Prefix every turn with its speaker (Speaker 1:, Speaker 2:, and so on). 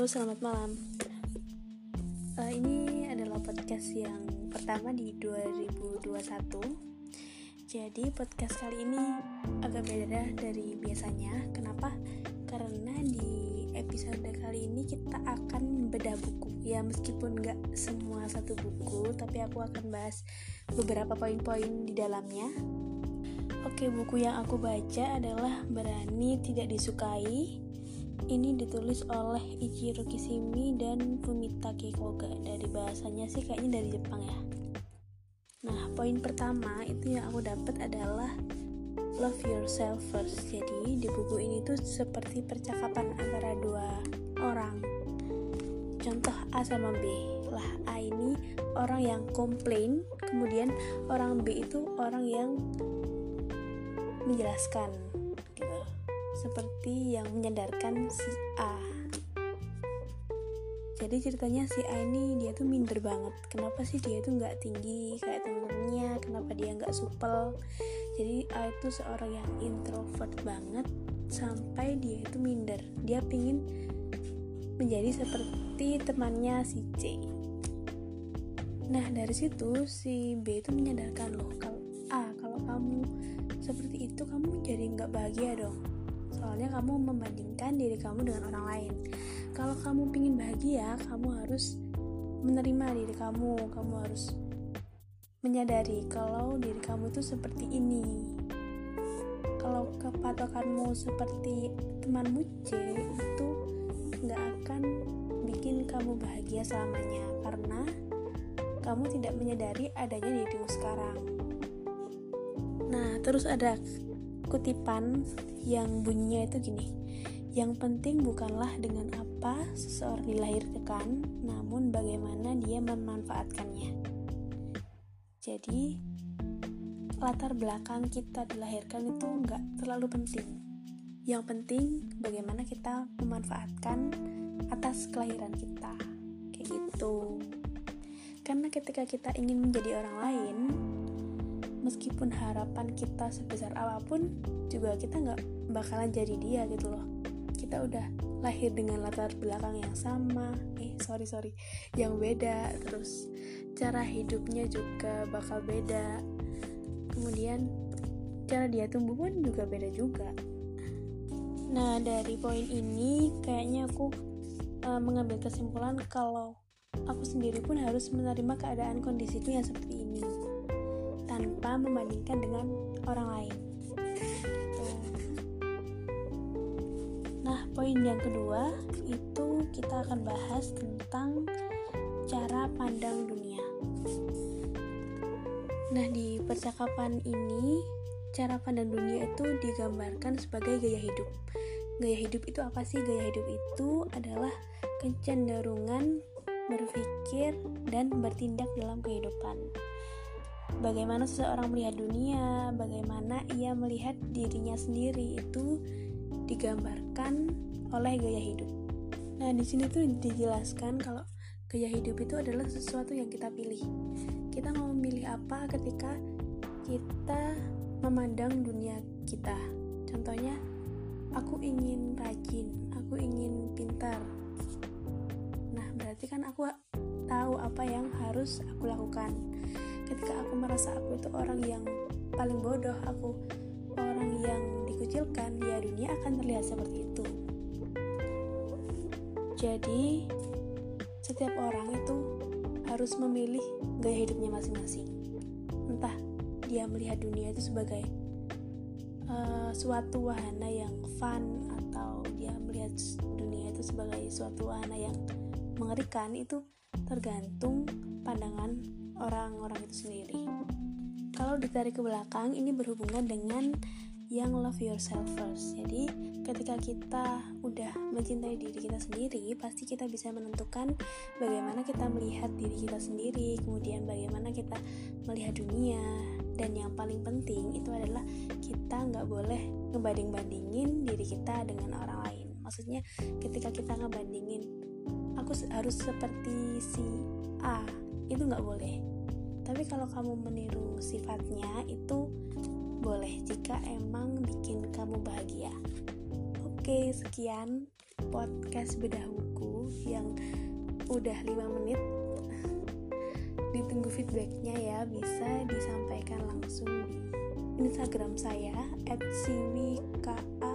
Speaker 1: Halo, selamat malam. Ini adalah podcast yang pertama di 2021. Jadi podcast kali ini agak beda dari biasanya. Kenapa? Karena di episode kali ini kita akan bedah buku. Ya, meskipun gak semua satu buku, tapi aku akan bahas beberapa poin-poin di dalamnya. Oke, buku yang aku baca adalah Berani Tidak Disukai. Ini ditulis oleh Ichiro Kishimi dan Fumitake Koga. Dari bahasanya sih kayaknya dari Jepang ya. Nah, poin pertama itu yang aku dapat adalah love yourself first. Jadi di buku ini tuh seperti percakapan antara dua orang. Contoh A sama B. Lah, A ini orang yang komplain, kemudian orang B itu orang yang menjelaskan gitu. Seperti yang menyadarkan si A. Jadi ceritanya si A ini dia tuh minder banget. Kenapa sih dia tuh gak tinggi kayak temen-temennya, kenapa dia gak supel. Jadi A itu seorang yang introvert banget, sampai dia itu minder. Dia pingin menjadi seperti temannya si C. Nah, dari situ si B itu menyadarkan, loh, kalau kamu seperti itu kamu jadi gak bahagia dong. Soalnya kamu membandingkan diri kamu dengan orang lain. Kalau kamu pingin bahagia, kamu harus menerima diri kamu. Kamu harus menyadari kalau diri kamu itu seperti ini. Kalau kepatokanmu seperti temanmu C, itu gak akan bikin kamu bahagia selamanya, karena kamu tidak menyadari adanya dirimu sekarang. Nah, terus ada kutipan yang bunyinya itu gini, yang penting bukanlah dengan apa seseorang dilahirkan, namun bagaimana dia memanfaatkannya. Jadi latar belakang kita dilahirkan itu gak terlalu penting. Yang penting bagaimana kita memanfaatkan atas kelahiran kita, kayak gitu. Karena ketika kita ingin menjadi orang lain, meskipun harapan kita sebesar apapun, juga kita gak bakalan jadi dia gitu loh. Kita udah lahir dengan latar belakang yang sama, yang beda. Terus cara hidupnya juga bakal beda. Kemudian cara dia tumbuh pun juga beda juga. Nah, dari poin ini kayaknya aku mengambil kesimpulan kalau aku sendiri pun harus menerima keadaan kondisiku yang seperti ini, tanpa membandingkan dengan orang lain. Nah, poin yang kedua itu kita akan bahas tentang cara pandang dunia. Nah, di percakapan ini cara pandang dunia itu digambarkan sebagai gaya hidup. Gaya hidup itu apa sih? Gaya hidup itu adalah kecenderungan berpikir dan bertindak dalam kehidupan. Bagaimana seseorang melihat dunia, bagaimana ia melihat dirinya sendiri, itu digambarkan oleh gaya hidup. Nah, di sini tuh dijelaskan kalau gaya hidup itu adalah sesuatu yang kita pilih. Kita mau memilih apa ketika kita memandang dunia kita. Contohnya, aku ingin rajin, aku ingin pintar. Nah, berarti kan aku tahu apa yang harus aku lakukan. Ketika aku merasa aku itu orang yang paling bodoh, aku orang yang dikucilkan, ya dunia akan terlihat seperti itu. Jadi setiap orang itu harus memilih gaya hidupnya masing-masing. Entah dia melihat dunia itu sebagai suatu wahana yang fun, atau dia melihat dunia itu sebagai suatu wahana yang mengerikan, itu tergantung pandangan orang-orang itu sendiri. Kalau ditarik ke belakang, ini berhubungan dengan yang love yourself first. Jadi ketika kita udah mencintai diri kita sendiri, pasti kita bisa menentukan bagaimana kita melihat diri kita sendiri, kemudian bagaimana kita melihat dunia. Dan yang paling penting itu adalah kita gak boleh ngebanding-bandingin diri kita dengan orang lain. Maksudnya ketika kita ngebandingin, aku harus seperti si A, itu gak boleh. Tapi kalau kamu meniru sifatnya, itu boleh jika emang bikin kamu bahagia. Oke, sekian. podcast bedah buku yang udah 5 menit. Ditunggu feedbacknya ya, bisa disampaikan langsung di Instagram saya @siwika